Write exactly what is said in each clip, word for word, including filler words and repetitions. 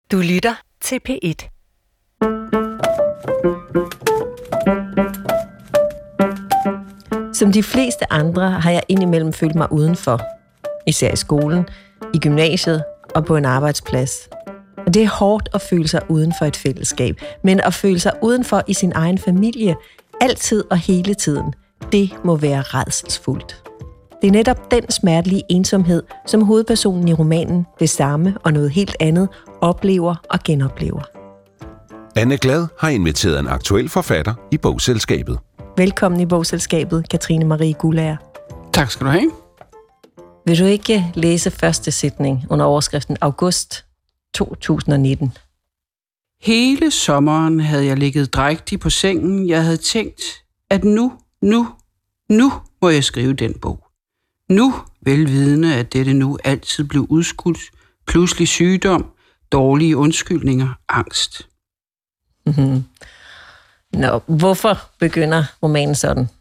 Du lytter til P et. Som de fleste andre har jeg indimellem følt mig udenfor. Især i skolen, i gymnasiet og på en arbejdsplads. Og det er hårdt at føle sig uden for et fællesskab, men at føle sig udenfor i sin egen familie, altid og hele tiden, det må være rædselsfuldt. Det er netop den smertelige ensomhed, som hovedpersonen i romanen Det Samme og Noget Helt Andet oplever og genoplever. Anne Glad har inviteret en aktuel forfatter i bogselskabet. Velkommen i bogselskabet, Katrine Marie Guldager. Tak skal du have. Vil du ikke læse første sætning under overskriften August to tusind nitten? Hele sommeren havde jeg ligget drægtig på sengen. Jeg havde tænkt, at nu, nu, nu må jeg skrive den bog. Nu, velvidende, at dette nu altid blev udskudt, pludselig sygdom, dårlige undskyldninger, angst. Mm-hmm. Nå, hvorfor begynder romanen sådan?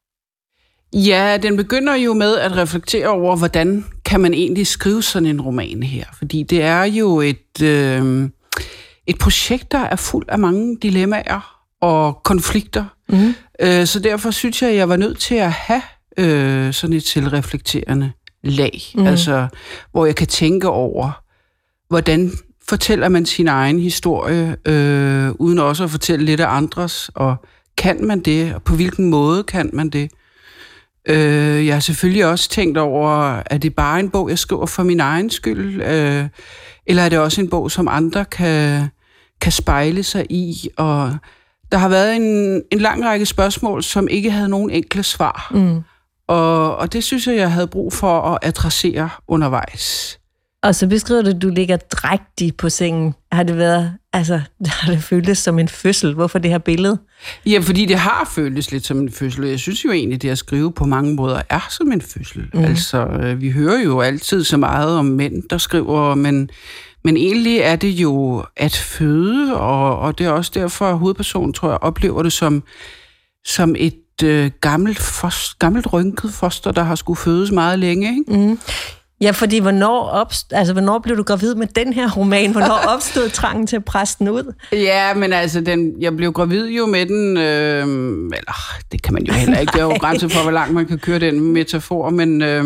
Ja, den begynder jo med at reflektere over, hvordan kan man egentlig skrive sådan en roman her. Fordi det er jo et, øh, et projekt, der er fuld af mange dilemmaer og konflikter. Mm. Øh, så derfor synes jeg, at jeg var nødt til at have øh, sådan et selvreflekterende lag. Mm. Altså, hvor jeg kan tænke over, hvordan fortæller man sin egen historie, øh, uden også at fortælle lidt af andres, og kan man det, og på hvilken måde kan man det? Øh, jeg har selvfølgelig også tænkt over, er det bare en bog, jeg skriver for min egen skyld, øh, eller er det også en bog, som andre kan, kan spejle sig i? Og der har været en, en lang række spørgsmål, som ikke havde nogen enkle svar, mm. og, og det synes jeg, jeg havde brug for at adressere undervejs. Og så beskriver du, at du ligger drægtig på sengen. Har det været, altså, har det føltes som en fødsel? Hvorfor det her billede? Ja, fordi det har føltes lidt som en fødsel. Jeg synes jo egentlig, det at skrive på mange måder er som en fødsel. Mm. Altså, vi hører jo altid så meget om mænd, der skriver, men, men egentlig er det jo at føde, og, og det er også derfor, at hovedpersonen, tror jeg, oplever det som, som et øh, gammelt, foster, gammelt rynket foster, der har skulle fødes meget længe, ikke? Mm. Ja, fordi hvornår, opst- altså, hvornår blev du gravid med den her roman? Hvornår opstod trangen til at presse den ud? Ja, men altså, den, jeg blev gravid jo med den, øh, eller det kan man jo heller ikke, det er jo grænser for, hvor langt man kan køre den metafor, men, øh,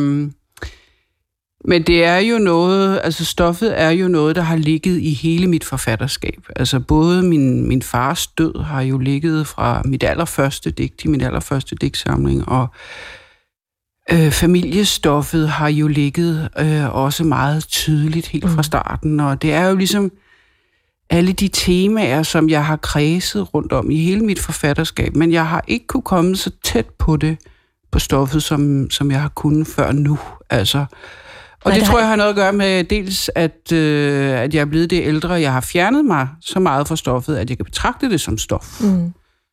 men det er jo noget, altså stoffet er jo noget, der har ligget i hele mit forfatterskab. Altså både min, min fars død har jo ligget fra mit allerførste digt til min allerførste digtsamling, og Øh, familiestoffet har jo ligget øh, også meget tydeligt helt fra starten, og det er jo ligesom alle de temaer, som jeg har kredset rundt om i hele mit forfatterskab, men jeg har ikke kunne komme så tæt på det, på stoffet, som, som jeg har kunnet før nu. Altså. Og Nej, det tror jeg har noget at gøre med dels, at, øh, at jeg er blevet det ældre, jeg har fjernet mig så meget fra stoffet, at jeg kan betragte det som stof. Mm.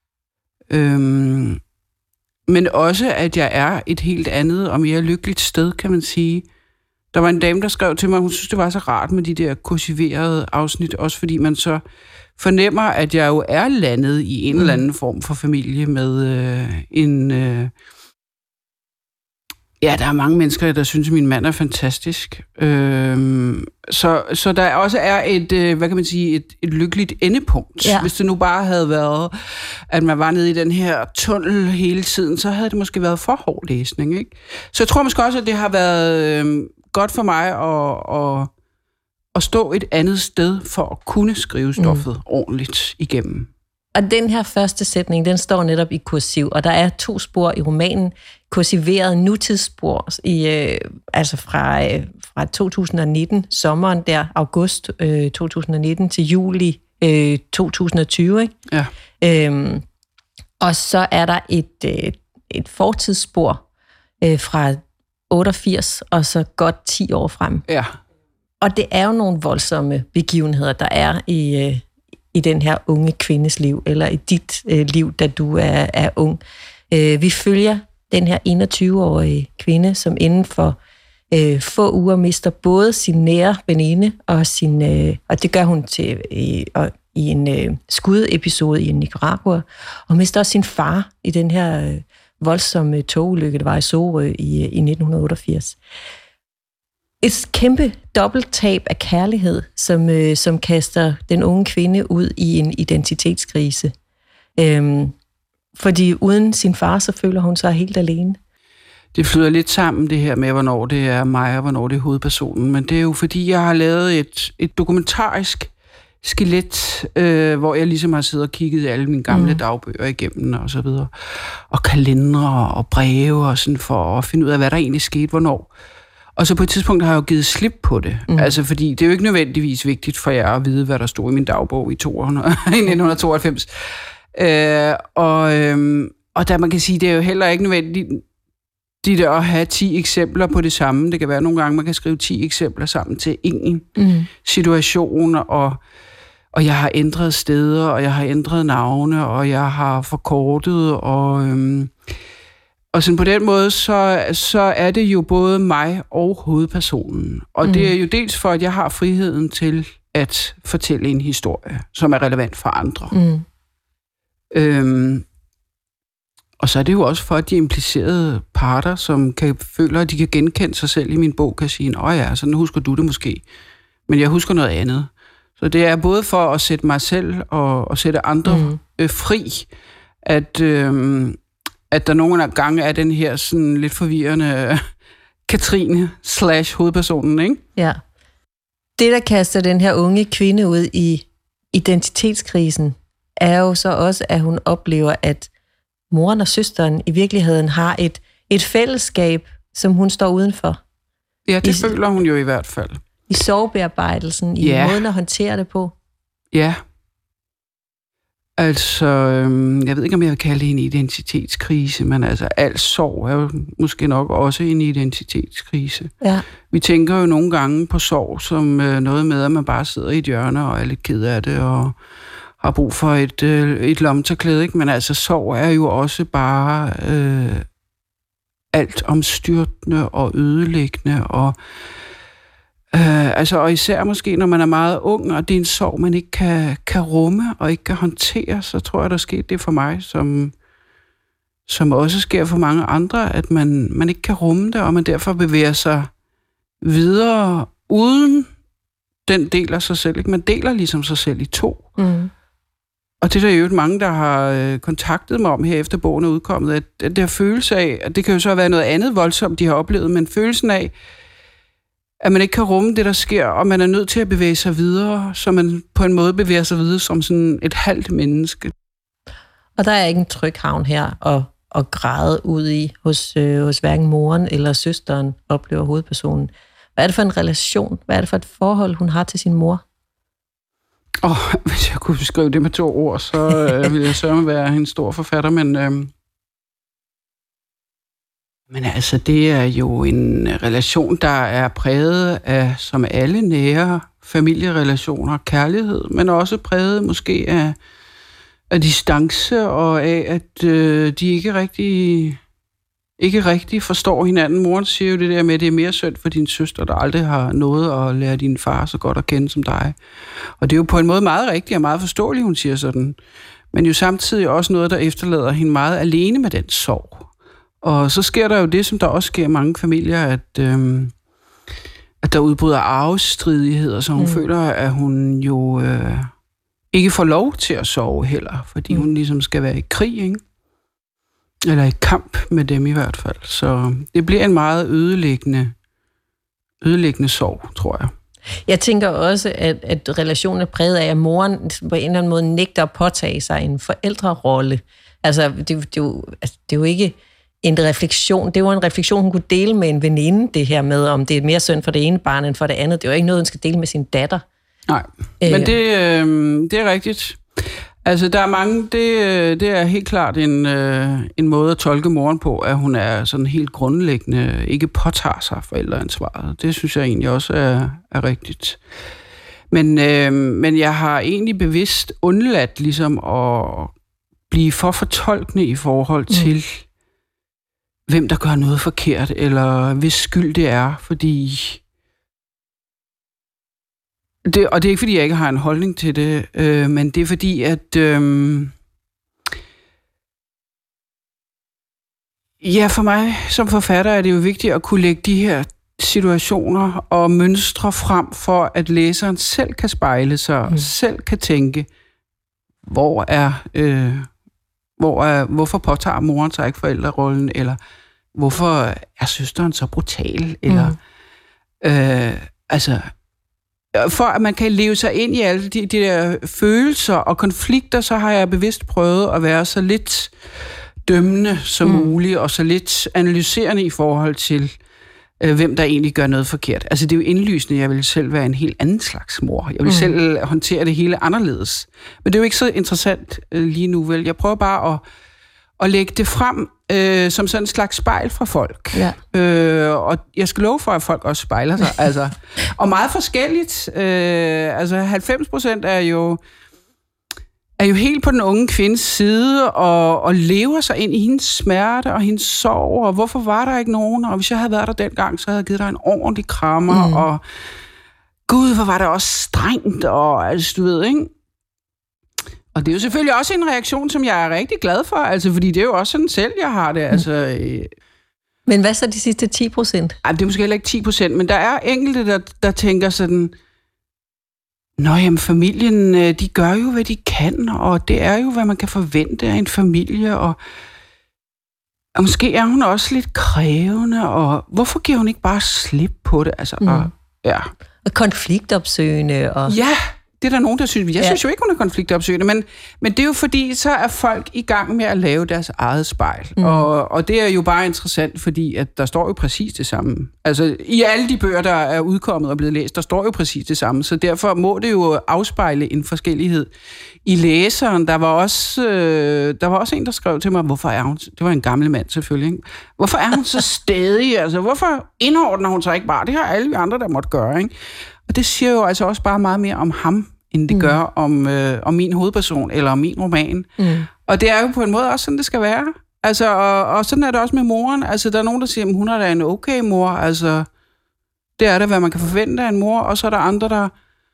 Øhm, Men også, at jeg er et helt andet og mere lykkeligt sted, kan man sige. Der var en dame, der skrev til mig, hun synes, det var så rart med de der kursiverede afsnit, også fordi man så fornemmer, at jeg jo er landet i en mm. eller anden form for familie med øh, en... Øh... Ja, der er mange mennesker, der synes, at min mand er fantastisk. Øhm, så, så der også er et, øh, hvad kan man sige, et, et lykkeligt endepunkt. Ja. Hvis det nu bare havde været, at man var nede i den her tunnel hele tiden, så havde det måske været for hård læsning, ikke? Så jeg tror måske også, at det har været øh, godt for mig at, at, at stå et andet sted for at kunne skrive stoffet mm. ordentligt igennem. Og den her første sætning, den står netop i kursiv, og der er to spor i romanen, kursiveret nutidsspor, i, øh, altså fra, øh, fra to tusind nitten, sommeren der, august øh, to tusind nitten til juli øh, to tusind tyve, ikke? Ja. Øhm, og så er der et, øh, et fortidsspor øh, fra otteogfirs, og så godt ti år frem. Ja. Og det er jo nogle voldsomme begivenheder, der er i... Øh, i den her unge kvindes liv, eller i dit øh, liv, da du er, er ung. Øh, vi følger den her enogtyve-årige kvinde, som inden for øh, få uger mister både sin nære veninde, og, sin, øh, og det gør hun til i, og, i en øh, skudepisode i Nicaragua, og mister også sin far i den her øh, voldsomme togulykke, der var i Sorø i, i nitten otteogfirs. et kæmpe dobbelttab af kærlighed, som, øh, som kaster den unge kvinde ud i en identitetskrise. Øhm, fordi uden sin far, så føler hun sig helt alene. Det flyder lidt sammen, det her med, hvornår det er mig, og hvornår det er hovedpersonen. Men det er jo, fordi jeg har lavet et, et dokumentarisk skelet, øh, hvor jeg ligesom har siddet og kigget alle mine gamle mm. dagbøger igennem, og så videre. Og kalendere og breve, og sådan for at finde ud af, hvad der egentlig skete, hvornår. Og så på et tidspunkt har jeg jo givet slip på det. Mm. Altså, fordi det er jo ikke nødvendigvis vigtigt for jer at vide, hvad der stod i min dagbog i nitten tooghalvfems. Øh, og, øh, og der man kan sige, det er jo heller ikke nødvendigt de der at have ti eksempler på det samme. Det kan være nogle gange, man kan skrive ti eksempler sammen til en mm. situation, og, og jeg har ændret steder, og jeg har ændret navne, og jeg har forkortet, og, øhm, og sådan på den måde, så, så er det jo både mig og hovedpersonen. Og mm. det er jo dels for, at jeg har friheden til at fortælle en historie, som er relevant for andre. Mm. Øhm, Og så er det jo også for, at de implicerede parter, som kan føle, at de kan genkende sig selv i min bog, kan sige, åh ja, sådan husker du det måske. Men jeg husker noget andet. Så det er både for at sætte mig selv og, og sætte andre mm. øh, fri, at, øh, at der nogle gange er den her sådan lidt forvirrende Katrine slash hovedpersonen, ikke? Ja. Det, der kaster den her unge kvinde ud i identitetskrisen, er jo så også, at hun oplever, at moren og søsteren i virkeligheden har et, et fællesskab, som hun står udenfor. Ja, det I, føler hun jo i hvert fald. I sorgbearbejdelsen, i ja. måden at håndtere det på. Ja. Altså, øhm, jeg ved ikke, om jeg vil kalde det en identitetskrise, men altså, al sorg er jo måske nok også en identitetskrise. Ja. Vi tænker jo nogle gange på sorg som øh, noget med, at man bare sidder i et hjørne og er lidt ked af det, og har brug for et, øh, et lommetørklæde, ikke? Men altså, sorg er jo også bare øh, alt omstyrtende og ødelæggende, og, øh, altså, og især måske, når man er meget ung, og det er en sorg, man ikke kan, kan rumme og ikke kan håndtere, så tror jeg, der sker det for mig, som, som også sker for mange andre, at man, man ikke kan rumme det, og man derfor bevæger sig videre uden den del af sig selv. Ikke? Man deler ligesom sig selv i to. Mm. Og det er der jo mange, der har øh, kontaktet mig om her efter bogen er udkommet, at, at det her følelse af, at det kan jo så være noget andet voldsomt, de har oplevet, men følelsen af, at man ikke kan rumme det, der sker, og man er nødt til at bevæge sig videre, så man på en måde bevæger sig videre som sådan et halvt menneske. Og der er ikke en tryg havn her at, at græde ud i hos, øh, hos hverken moren eller søsteren, oplever hovedpersonen. Hvad er det for en relation? Hvad er det for et forhold, hun har til sin mor? Åh, oh, hvis jeg kunne beskrive det med to ord, så øh, ville jeg sørge være en stor forfatter, men, øh, men altså, det er jo en relation, der er præget af, som alle nære familierelationer, kærlighed, men også præget måske af, af distance og af, at øh, de ikke rigtig, ikke rigtig forstår hinanden. Moren siger jo det der med, at det er mere synd for din søster, der aldrig har nået at lære din far så godt at kende som dig. Og det er jo på en måde meget rigtigt og meget forståeligt, hun siger sådan. Men jo samtidig også noget, der efterlader hende meget alene med den sorg. Og så sker der jo det, som der også sker i mange familier, at, øhm, at der udbryder arvestridigheder, så hun mm. føler, at hun jo øh, ikke får lov til at sove heller, fordi mm. hun ligesom skal være i krig, ikke? Eller i kamp med dem i hvert fald. Så det bliver en meget ødelæggende, ødelæggende sorg, tror jeg. Jeg tænker også, at, at relationen er præget af, at moren på en eller anden måde nægter at påtage sig en forældrerolle. Altså, det, det, er jo, altså, det er jo ikke en refleksion. Det var en refleksion, hun kunne dele med en veninde, det her med, om det er mere synd for det ene barn end for det andet. Det er jo ikke noget, hun skal dele med sin datter. Nej, øh. men det, øh, det er rigtigt. Altså, der er mange, det, det er helt klart en, øh, en måde at tolke moren på, at hun er sådan helt grundlæggende, ikke påtager sig forældreansvaret. Det synes jeg egentlig også er, er rigtigt. Men, øh, men jeg har egentlig bevidst undladt ligesom at blive for fortolkende i forhold til, mm. hvem der gør noget forkert, eller hvis skyld det er, fordi... Det, og det er ikke, fordi jeg ikke har en holdning til det, øh, men det er fordi, at... Øh, ja, for mig som forfatter er det jo vigtigt at kunne lægge de her situationer og mønstre frem, for at læseren selv kan spejle sig, mm. selv kan tænke, hvor er, øh, hvor er, hvorfor påtager moren sig ikke forældrerollen, eller hvorfor er søsteren så brutal, eller mm. øh, altså, for at man kan leve sig ind i alle de, de der følelser og konflikter, så har jeg bevidst prøvet at være så lidt dømmende som mm. muligt, og så lidt analyserende i forhold til, øh, hvem der egentlig gør noget forkert. Altså, det er jo indlysende, jeg vil selv være en helt anden slags mor. Jeg vil mm. selv håndtere det hele anderledes. Men det er jo ikke så interessant øh, lige nu, vel? Jeg prøver bare at, at lægge det frem øh, som sådan en slags spejl fra folk. Ja. Øh, og jeg skal love for, at folk også spejler sig. altså. Og meget forskelligt. Øh, altså, halvfems procent er jo... er jo helt på den unge kvindes side, og, og lever sig ind i hendes smerte og hendes sorg, og hvorfor var der ikke nogen, og hvis jeg havde været der dengang, så havde jeg givet dig en ordentlig krammer, mm. og gud, hvor var det også strengt, og altså, du ved, ikke? Og det er jo selvfølgelig også en reaktion, som jeg er rigtig glad for, altså, fordi det er jo også sådan selv, jeg har det, altså... Øh, men hvad så de sidste ti procent? Ej, det er måske heller ikke ti procent, men der er enkelte, der, der tænker sådan... Nå, jamen, familien, de gør jo, hvad de kan, og det er jo, hvad man kan forvente af en familie, og, og måske er hun også lidt krævende, og hvorfor giver hun ikke bare slip på det? Altså, mm. og, ja. og konfliktopsøgende. Og... Ja, det er der nogen, der synes. Jeg ja. synes jo ikke, hun er konfliktopsøgende, men, men det er jo fordi, så er folk i gang med at lave deres eget spejl. Mm. Og, og det er jo bare interessant, fordi at der står jo præcis det samme. Altså, i alle de bøger, der er udkommet og blevet læst, der står jo præcis det samme. Så derfor må det jo afspejle en forskellighed i læseren. Der var også, øh, der var også en, der skrev til mig, hvorfor er hun... Det var en gammel mand selvfølgelig, ikke? Hvorfor er hun så stædig? Altså, hvorfor indordner hun sig ikke bare? Det har alle vi andre, der måtte gøre, ikke? Og det siger jo altså også bare meget mere om ham, end det mm. gør om, øh, om min hovedperson eller om min roman. Mm. Og det er jo på en måde også sådan, det skal være. Altså, og, og sådan er det også med moren. Altså, der er nogen, der siger, at hun er da en okay mor. Altså, det er da, hvad man kan forvente af en mor. Og så er der andre, der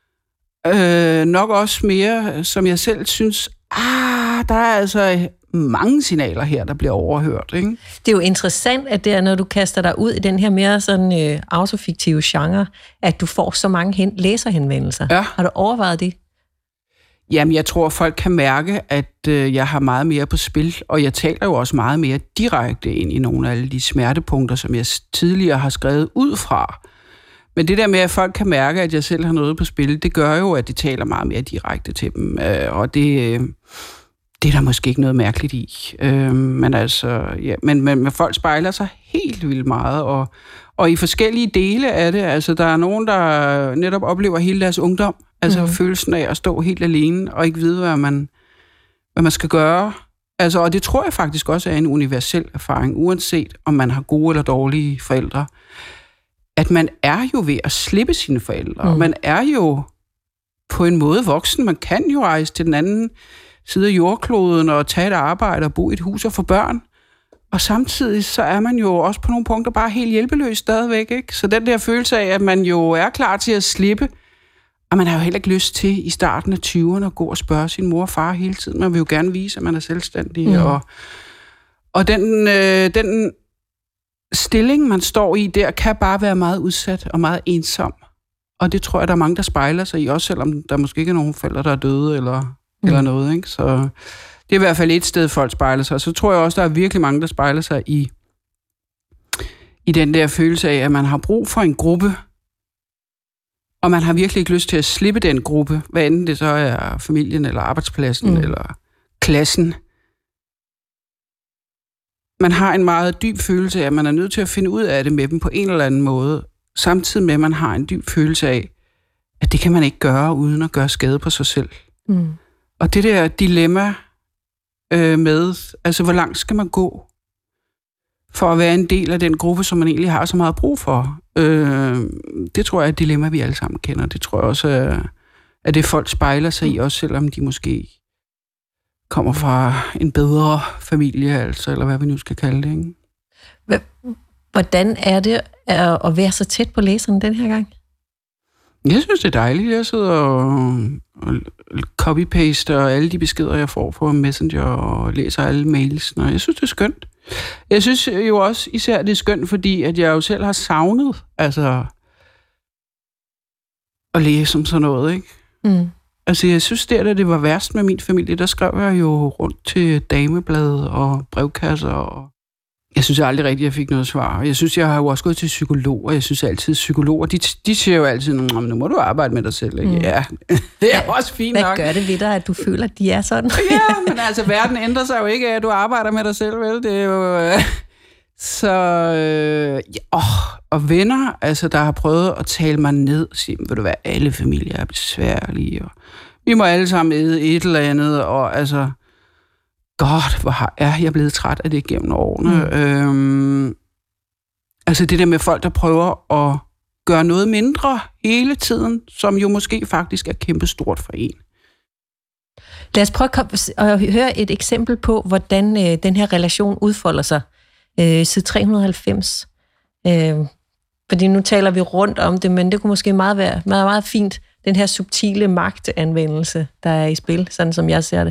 øh, nok også mere, som jeg selv synes, ah, der er altså mange signaler her, der bliver overhørt, ikke? Det er jo interessant, at det er, når du kaster dig ud i den her mere sådan øh, autofiktive genre, at du får så mange hen- læserhenvendelser. Ja. Har du overvejet det? Jamen, jeg tror, folk kan mærke, at øh, jeg har meget mere på spil, og jeg taler jo også meget mere direkte ind i nogle af alle de smertepunkter, som jeg tidligere har skrevet ud fra. Men det der med, at folk kan mærke, at jeg selv har noget på spil, det gør jo, at de taler meget mere direkte til dem, øh, og det... Øh, Det er der måske ikke noget mærkeligt i. Øh, men altså, ja, men, men, men folk spejler sig helt vildt meget, og, og i forskellige dele af det. Altså, der er nogen, der netop oplever hele deres ungdom, altså mm. følelsen af at stå helt alene, og ikke vide, hvad man, hvad man skal gøre. Altså, og det tror jeg faktisk også er en universel erfaring, uanset om man har gode eller dårlige forældre. At man er jo ved at slippe sine forældre, mm. og man er jo på en måde voksen. Man kan jo rejse til den anden sidde af jordkloden og tage et arbejde og bo i et hus og få børn. Og samtidig så er man jo også på nogle punkter bare helt hjælpeløs stadigvæk, ikke? Så den der følelse af, at man jo er klar til at slippe, og man har jo heller ikke lyst til i starten af tyverne at gå og spørge sin mor og far hele tiden. Man vil jo gerne vise, at man er selvstændig. Mm. Og, og den, øh, den stilling, man står i der, kan bare være meget udsat og meget ensom. Og det tror jeg, der er mange, der spejler sig i, også selvom der måske ikke er nogen forældre, der er døde eller... Mm. eller noget, ikke? Så det er i hvert fald et sted, folk spejler sig. Så tror jeg også, der er virkelig mange, der spejler sig i, i den der følelse af, at man har brug for en gruppe, og man har virkelig ikke lyst til at slippe den gruppe, hvad enten det så er familien, eller arbejdspladsen, mm. eller klassen. Man har en meget dyb følelse af, at man er nødt til at finde ud af det med dem på en eller anden måde, samtidig med, at man har en dyb følelse af, at det kan man ikke gøre, uden at gøre skade på sig selv. Mm. Og det der dilemma øh, med, altså hvor langt skal man gå for at være en del af den gruppe, som man egentlig har så meget brug for, øh, det tror jeg er et dilemma, vi alle sammen kender. Det tror jeg også er, at det folk spejler sig i, også selvom de måske kommer fra en bedre familie, altså, eller hvad vi nu skal kalde det, ikke? Hvordan er det at være så tæt på læseren den her gang? Jeg synes, det er dejligt. Jeg sidder og, og copy-paster alle de beskeder, jeg får på Messenger, og læser alle mails. Og jeg synes, det er skønt. Jeg synes jo også især, det er skønt, fordi at jeg jo selv har savnet, altså, at læse om sådan noget, ikke? Mm. Altså, jeg synes, der, da det var værst med min familie, der skrev jeg jo rundt til dameblade og brevkasser, og jeg synes jeg aldrig rigtigt, jeg fik noget svar. Jeg synes, jeg har jo også gået til psykologer. Jeg synes altid, psykologer, de, de siger jo altid, nu må du arbejde med dig selv. Ikke? Mm. Ja, det er også fint Hvad nok. Hvad gør det ved dig, at du føler, at de er sådan? Ja, men altså, verden ændrer sig jo ikke af, at du arbejder med dig selv, vel? Det er jo... Så... Øh, ja, åh, og venner, altså, der har prøvet at tale mig ned og sige, vil du være, alle familier er besværlige, og vi må alle sammen æde et eller andet, og altså... God, hvor har, er jeg blevet træt af det gennem årene. Mm. Øhm, altså det der med folk, der prøver at gøre noget mindre hele tiden, som jo måske faktisk er kæmpestort for en. Lad os prøve at høre et eksempel på, hvordan øh, den her relation udfolder sig. Øh, side tre hundrede og halvfems. Øh, fordi nu taler vi rundt om det, men det kunne måske meget være meget, meget fint, den her subtile magtanvendelse, der er i spil, sådan som jeg ser det.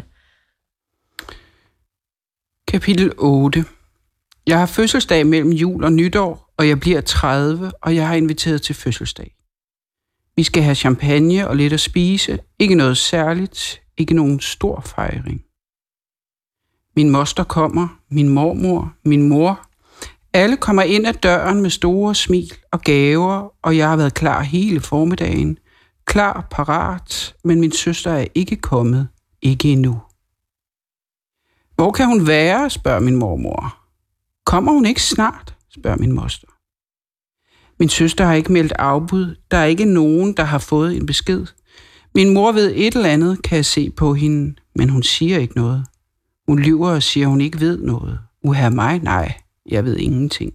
Kapitel otte. Jeg har fødselsdag mellem jul og nytår, og jeg bliver tredive, og jeg har inviteret til fødselsdag. Vi skal have champagne og lidt at spise. Ikke noget særligt. Ikke nogen stor fejring. Min moster kommer, min mormor, min mor. Alle kommer ind ad døren med store smil og gaver, og jeg har været klar hele formiddagen. Klar, parat, men min søster er ikke kommet. Ikke endnu. Hvor kan hun være, spørger min mormor. Kommer hun ikke snart, spørger min moster. Min søster har ikke meldt afbud. Der er ikke nogen, der har fået en besked. Min mor ved et eller andet, kan jeg se på hende, men hun siger ikke noget. Hun lyver og siger, hun ikke ved noget. Uha mig? Nej, jeg ved ingenting.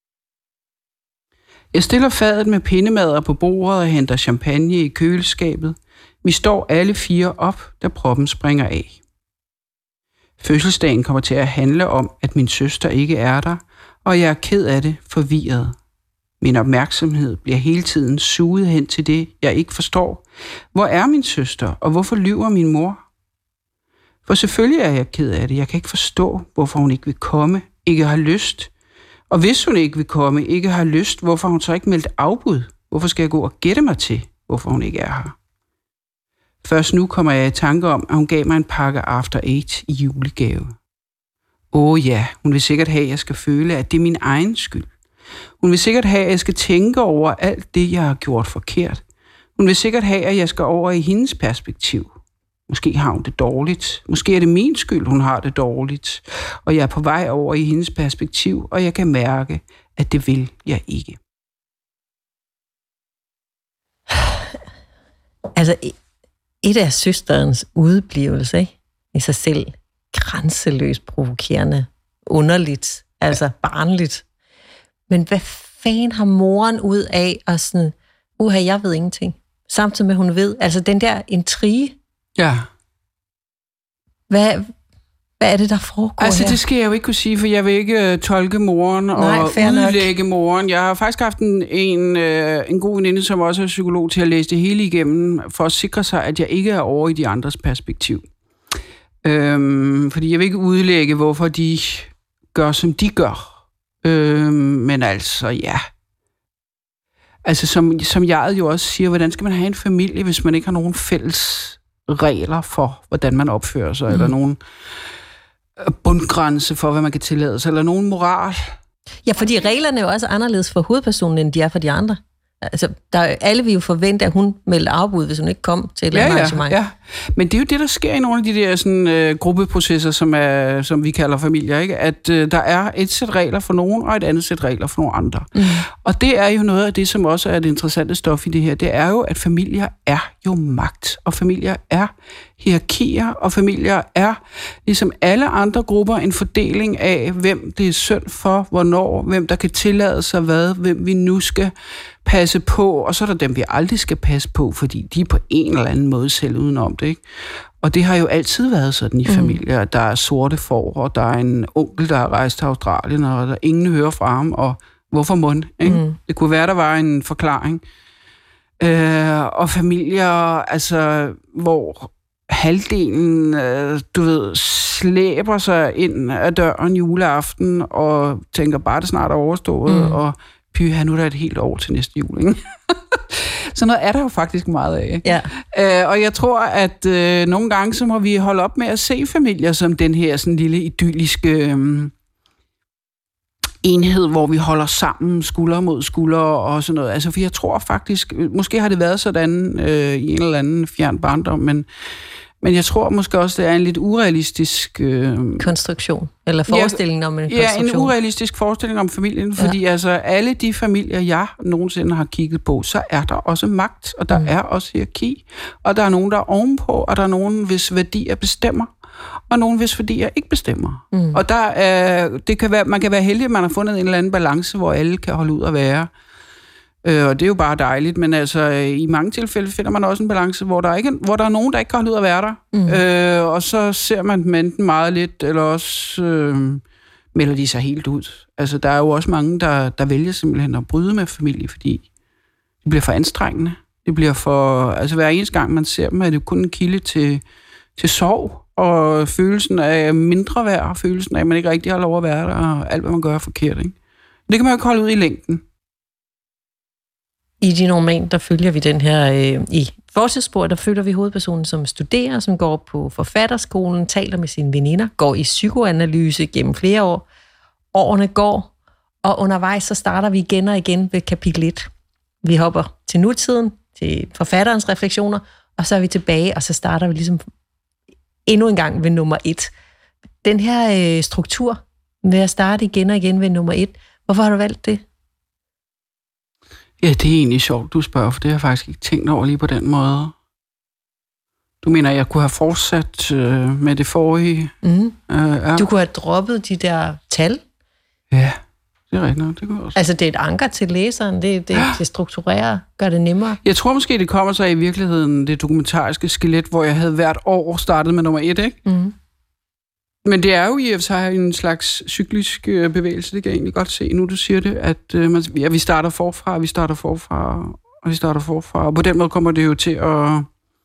Jeg stiller fadet med pindemader på bordet og henter champagne i køleskabet. Vi står alle fire op, da proppen springer af. Fødselsdagen kommer til at handle om, at min søster ikke er der, og jeg er ked af det, forvirret. Min opmærksomhed bliver hele tiden suget hen til det, jeg ikke forstår. Hvor er min søster, og hvorfor lyver min mor? For selvfølgelig er jeg ked af det. Jeg kan ikke forstå, hvorfor hun ikke vil komme, ikke har lyst. Og hvis hun ikke vil komme, ikke har lyst, hvorfor har hun så ikke meldt afbud? Hvorfor skal jeg gå og gætte mig til, hvorfor hun ikke er her? Først nu kommer jeg i tanke om, at hun gav mig en pakke After Eight i julegave. Åh ja, hun vil sikkert have, at jeg skal føle, at det er min egen skyld. Hun vil sikkert have, at jeg skal tænke over alt det, jeg har gjort forkert. Hun vil sikkert have, at jeg skal over i hendes perspektiv. Måske har hun det dårligt. Måske er det min skyld, hun har det dårligt. Og jeg er på vej over i hendes perspektiv, og jeg kan mærke, at det vil jeg ikke. Altså... Et af søsterens udeblivelse, ikke? I sig selv grænseløst provokerende, underligt, altså barnligt. Men hvad fanden har moren ud af at sådan, uha, jeg ved ingenting. Samtidig med, hun ved, altså den der intrige. Ja. Hvad, hvad er det, der foregår Altså, her? det skal jeg jo ikke kunne sige, for jeg vil ikke uh, tolke moren Nej, og udlægge moren. Jeg har faktisk haft en, en, uh, en god veninde, som også er psykolog, til at læse det hele igennem, for at sikre sig, at jeg ikke er over i de andres perspektiv. Øhm, fordi jeg vil ikke udlægge, hvorfor de gør, som de gør. Øhm, men altså, ja. Altså, som, som jeg jo også siger, hvordan skal man have en familie, hvis man ikke har nogen fælles regler for, hvordan man opfører sig, mm. eller nogen bundgrænse for, hvad man kan tillade sig, eller nogen moral. Ja, fordi reglerne er jo også anderledes for hovedpersonen, end de er for de andre. Altså, der, alle vil jo forvente, at hun meldte afbud, hvis hun ikke kom til et ja, eller andet arrangement. Ja, men det er jo det, der sker i nogle af de der sådan, øh, gruppeprocesser, som, er, som vi kalder familier, ikke? At øh, der er et sæt regler for nogen, og et andet sæt regler for nogle andre. Mm. Og det er jo noget af det, som også er det interessante stof i det her. Det er jo, at familier er jo magt, og familier er hierarkier, og familier er, ligesom alle andre grupper, en fordeling af, hvem det er synd for, hvornår, hvem der kan tillade sig hvad, hvem vi nu skal passe på, og så er der dem, vi aldrig skal passe på, fordi de er på en eller anden måde selv udenom det, ikke? Og det har jo altid været sådan i familier, at der er sorte får, og der er en onkel, der har rejst til Australien, og der ingen hører fra ham, og hvorfor mund, ikke? Mm. Det kunne være, der var en forklaring. Øh, og familier, altså, hvor halvdelen, øh, du ved, slæber sig ind ad døren juleaften og tænker, bare det snart er overstået, mm. og pyha, nu er der et helt år til næste jul, ikke? Så noget er der jo faktisk meget af. Ja. Øh, og jeg tror, at øh, nogle gange, så må vi holde op med at se familier som den her sådan lille idylliske øh, enhed, hvor vi holder sammen skulder mod skulder og sådan noget. Altså, for jeg tror faktisk, måske har det været sådan øh, i en eller anden fjern barndom, men, men jeg tror måske også, det er en lidt urealistisk... Øh, konstruktion, eller forestilling ja, om en konstruktion. Ja, en urealistisk forestilling om familien, fordi ja. altså alle de familier, jeg nogensinde har kigget på, så er der også magt, og der mm. er også hierarki, og der er nogen, der er ovenpå, og der er nogen, hvis værdier bestemmer, og nogen, hvis værdier ikke bestemmer. Mm. Og der er, det kan være, man kan være heldig, at man har fundet en eller anden balance, hvor alle kan holde ud at være. Øh, og det er jo bare dejligt, men altså i mange tilfælde finder man også en balance, hvor der, ikke, hvor der er nogen, der ikke kan holde ud at være der. Mm. Øh, og så ser man dem enten meget lidt, eller også øh, melder de sig helt ud. Altså der er jo også mange, der, der vælger simpelthen at bryde med familie, fordi det bliver for anstrengende. Det bliver for, altså hver eneste gang man ser dem, er det kun en kilde til, til sorg, og følelsen af mindre værd, følelsen af, at man ikke rigtig har lov at være der, og alt, hvad man gør, er forkert. Ikke? Det kan man jo ikke holde ud i længden. I din roman, der følger vi den her, øh, i fortidsspor, der følger vi hovedpersonen, som studerer, som går på forfatterskolen, taler med sine veninder, går i psykoanalyse gennem flere år. Årene går, og undervejs så starter vi igen og igen ved kapitel et. Vi hopper til nutiden, til forfatterens refleksioner, og så er vi tilbage, og så starter vi ligesom endnu en gang ved nummer et. Den her øh, struktur med at starte igen og igen ved nummer et, hvorfor har du valgt det? Ja, det er egentlig sjovt, du spørger, for det har jeg faktisk ikke tænkt over lige på den måde. Du mener, at jeg kunne have fortsat øh, med det forrige? Mm. Øh, ja. Du kunne have droppet de der tal? Ja, det er rigtigt. Det kunne også. Altså, det er et anker til læseren, det, det, det strukturerer, gør det nemmere. Jeg tror måske, det kommer sig i virkeligheden, det dokumentariske skelet, hvor jeg havde hvert år startet med nummer et, ikke? Mm. Men det er jo i og for sig en slags cyklisk bevægelse, det kan jeg egentlig godt se, nu du siger det, at øh, man, ja, vi starter forfra, vi starter forfra, og vi starter forfra, og på den måde kommer det jo til at...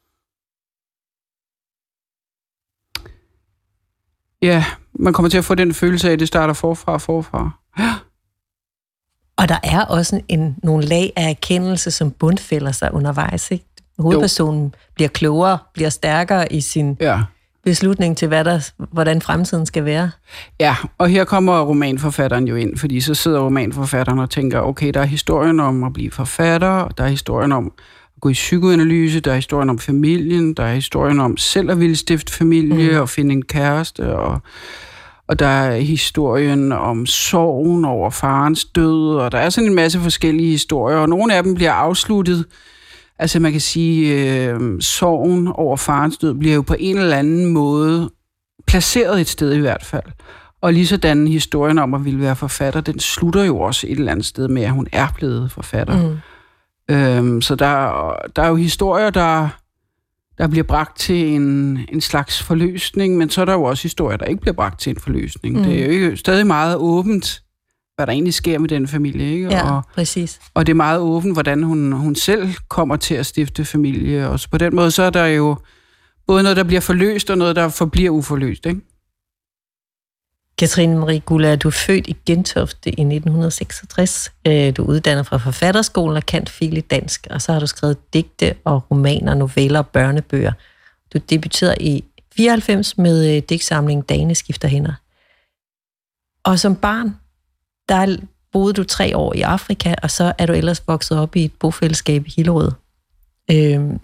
Ja, man kommer til at få den følelse af, at det starter forfra og forfra. Ja. Og der er også en, nogle lag af erkendelse, som bundfælder sig undervejs, ikke? Hovedpersonen jo. bliver klogere, bliver stærkere i sin... Ja. beslutning til, hvad der, hvordan fremtiden skal være. Ja, og her kommer romanforfatteren jo ind, fordi så sidder romanforfatteren og tænker, okay, der er historien om at blive forfatter, der er historien om at gå i psykoanalyse, der er historien om familien, der er historien om selv at ville stifte familie mm. og finde en kæreste, og, og der er historien om sorgen over farens død, og der er sådan en masse forskellige historier, og nogle af dem bliver afsluttet. Altså man kan sige, øh, sorgen over farens død bliver jo på en eller anden måde placeret et sted i hvert fald. Og lige sådan historien om at ville være forfatter, den slutter jo også et eller andet sted med, at hun er blevet forfatter. Mm. Øhm, så der, der er jo historier, der, der bliver bragt til en, en slags forløsning, men så er der jo også historier, der ikke bliver bragt til en forløsning. Mm. Det er jo stadig meget åbent, hvad der egentlig sker med den familie, ikke? Ja, og, præcis. Og det er meget åbent, hvordan hun, hun selv kommer til at stifte familie. Og så på den måde, så er der jo både noget, der bliver forløst, og noget, der forbliver uforløst, ikke? Katrine Marie Guldager, du er født i Gentofte i nitten seksogtres. Du er uddannet fra forfatterskolen og kan fil i dansk, og så har du skrevet digte og romaner, noveller og børnebøger. Du debuterede i fireoghalvfems med digtsamlingen Dagene skifter hænder. Og som barn, der boede du tre år i Afrika, og så er du ellers vokset op i et bofællesskab i Hillerød. Øhm,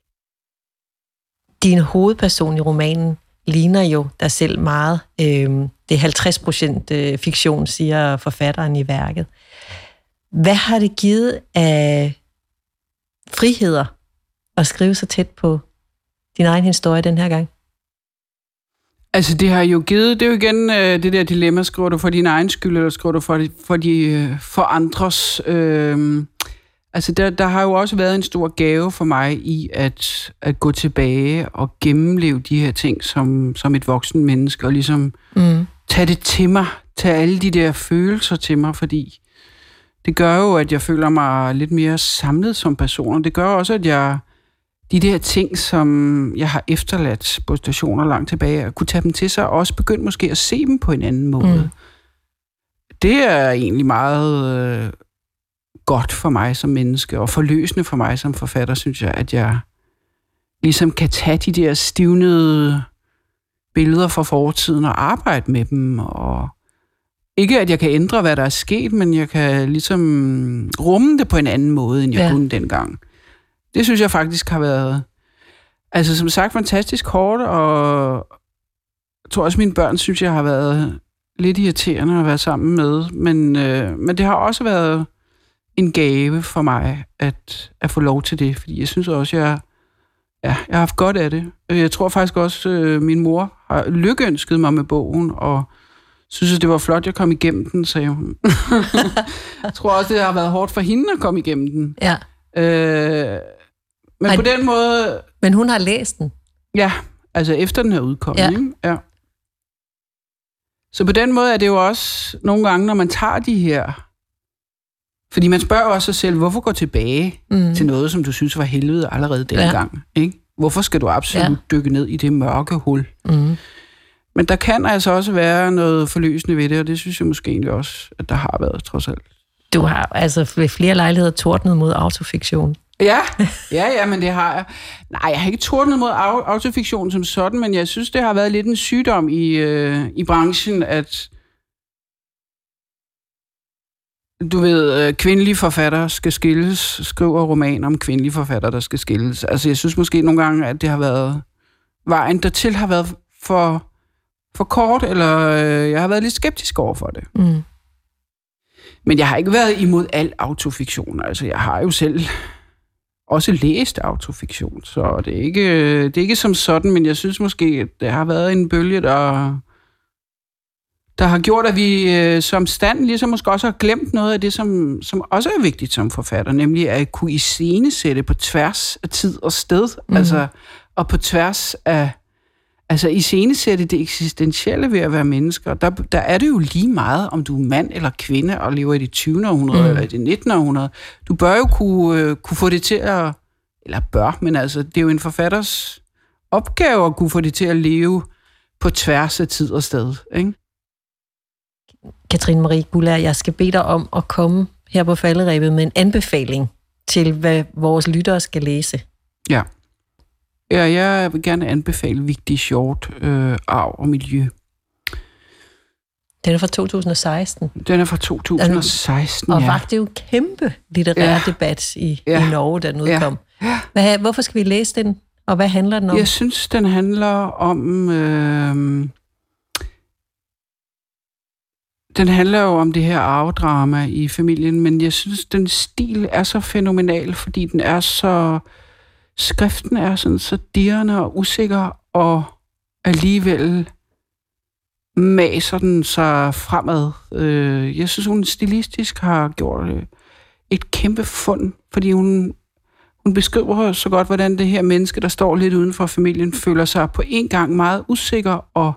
din hovedperson i romanen ligner jo dig selv meget. Øhm, det er halvtreds procent fiktion, siger forfatteren i værket. Hvad har det givet af friheder at skrive så tæt på din egen historie den her gang? Altså, det har jo givet, det er jo igen øh, det der dilemma, skriver du for din egen skyld, eller skriver du for, for, de, for andres? Øh, altså, der, der har jo også været en stor gave for mig i at, at gå tilbage og gennemleve de her ting som, som et voksen menneske, og ligesom mm. tage det til mig, tage alle de der følelser til mig, fordi det gør jo, at jeg føler mig lidt mere samlet som person, og det gør også, at jeg de der ting, som jeg har efterladt på stationer langt tilbage, at kunne tage dem til sig, og også begynde måske at se dem på en anden måde. Mm. Det er egentlig meget øh, godt for mig som menneske, og forløsende for mig som forfatter, synes jeg, at jeg ligesom kan tage de der stivnede billeder fra fortiden og arbejde med dem, og ikke at jeg kan ændre, hvad der er sket, men jeg kan ligesom rumme det på en anden måde, end jeg ja. kunne dengang. Det synes jeg faktisk har været, altså som sagt, fantastisk hårdt, og jeg tror også, mine børn synes, jeg har været lidt irriterende at være sammen med, men, øh, men det har også været en gave for mig, at, at få lov til det, fordi jeg synes også, jeg, ja, jeg har haft godt af det. Jeg tror faktisk også, øh, min mor har lykønsket mig med bogen, og synes, at det var flot, jeg kom igennem den, sagde hun. Jeg tror også, det har været hårdt for hende at komme igennem den. Ja. Øh, men Ej, på den måde... Men hun har læst den? Ja, altså efter den er udkommet. Ja. Ikke? Ja. Så på den måde er det jo også nogle gange, når man tager de her... Fordi man spørger også sig selv, hvorfor gå tilbage mm. til noget, som du synes var helvede allerede dengang? Ja. Ikke? Hvorfor skal du absolut ja. dykke ned i det mørke hul? Mm. Men der kan altså også være noget forløsende ved det, og det synes jeg måske egentlig også, at der har været, trods alt. Du har altså ved flere lejligheder tordnet mod autofiktion. Ja, ja, ja, men det har jeg. Nej, jeg har ikke tordnet mod autofiktion som sådan, men jeg synes, det har været lidt en sygdom i, øh, i branchen, at du ved, kvindelige forfattere skal skilles, skriver romaner om kvindelige forfattere, der skal skilles. Altså, jeg synes måske nogle gange, at det har været vejen dertil har været for, for kort, eller øh, jeg har været lidt skeptisk over for det. Mm. Men jeg har ikke været imod al autofiktion. Altså, jeg har jo selv også læst autofiktion, så det er ikke, det er ikke som sådan, men jeg synes måske, at det har været en bølge, der, der har gjort, at vi øh, som stand ligesom måske også har glemt noget af det, som, som også er vigtigt som forfatter, nemlig at kunne iscenesætte på tværs af tid og sted, mm. altså, og på tværs af altså iscenesætte det eksistentielle ved at være mennesker. Der, der er det jo lige meget, om du er mand eller kvinde og lever i det tyvende århundrede mm. eller i det nittende århundrede. Du bør jo kunne, øh, kunne få det til at, eller bør, men altså, det er jo en forfatters opgave at kunne få det til at leve på tværs af tid og sted, ikke? Katrine Marie Guldager, jeg skal bede dig om at komme her på falderebet med en anbefaling til, hvad vores lyttere skal læse. Ja. Ja, jeg vil gerne anbefale Vigdis Hjorth, øh, Arv og Miljø. Den er fra to tusind og seksten. Den er fra to tusind og seksten, og ja. Og faktisk jo en kæmpe litterær ja. debat i, ja. i Norge, da den udkom. Ja. Hvad, hvorfor skal vi læse den, og hvad handler den om? Jeg synes, den handler om... Øh, den handler jo om det her arvedrama i familien, men jeg synes, den stil er så fænomenal, fordi den er så... Skriften er sådan så dirrende og usikker, og alligevel maser den sig fremad. Jeg synes, hun stilistisk har gjort et kæmpe fund, fordi hun, hun beskriver så godt, hvordan det her menneske, der står lidt uden for familien, føler sig på en gang meget usikker, og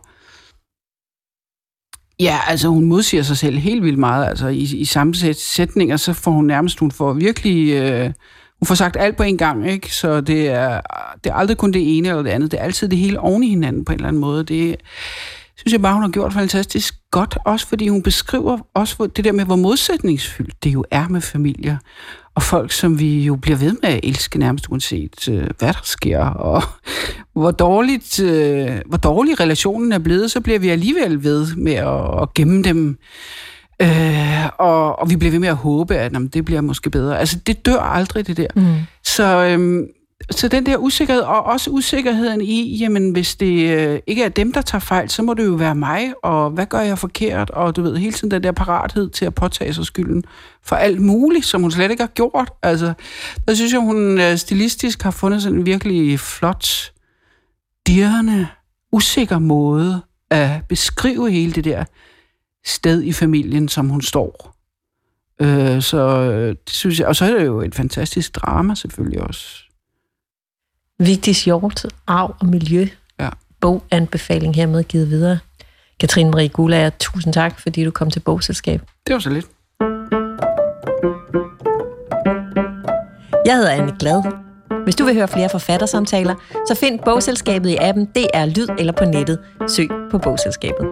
ja, altså hun modsiger sig selv helt vildt meget. Altså i, i samme sætninger, så får hun nærmest, hun får virkelig... Øh, Hun får sagt alt på en gang, ikke? Så det er, det er aldrig kun det ene eller det andet. Det er altid det hele oven i hinanden på en eller anden måde. Det synes jeg bare, hun har gjort fantastisk godt, også fordi hun beskriver også det der med, hvor modsætningsfyldt det jo er med familier. Og folk, som vi jo bliver ved med at elske nærmest uanset, hvad der sker, og hvor dårligt, hvor dårlig relationen er blevet, så bliver vi alligevel ved med at, at gemme dem. Øh, og, og vi bliver ved med at håbe, at jamen, det bliver måske bedre. Altså, det dør aldrig, det der. Mm. Så, øhm, så den der usikkerhed, og også usikkerheden i, jamen, hvis det øh, ikke er dem, der tager fejl, så må det jo være mig, og hvad gør jeg forkert? Og du ved, hele tiden den der parathed til at påtage sig skylden for alt muligt, som hun slet ikke har gjort. Altså, der synes jeg, hun øh, stilistisk har fundet sådan en virkelig flot, dirrende, usikker måde at beskrive hele det der sted i familien, som hun står. Øh, så det synes jeg, og så er det jo et fantastisk drama selvfølgelig også. Vigdis Hjorth, Arv og Miljø. Ja. Boganbefaling hermed givet videre. Katrine Marie Guldager, tusind tak, fordi du kom til Bogselskab. Det var så lidt. Jeg hedder Anne Glad. Hvis du vil høre flere forfattersamtaler, så find Bogselskabet i appen D R Lyd eller på nettet. Søg på Bogselskabet.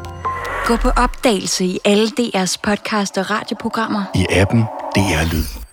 Gå på opdagelse i alle D R's podcast og radioprogrammer. I appen D R Lyd.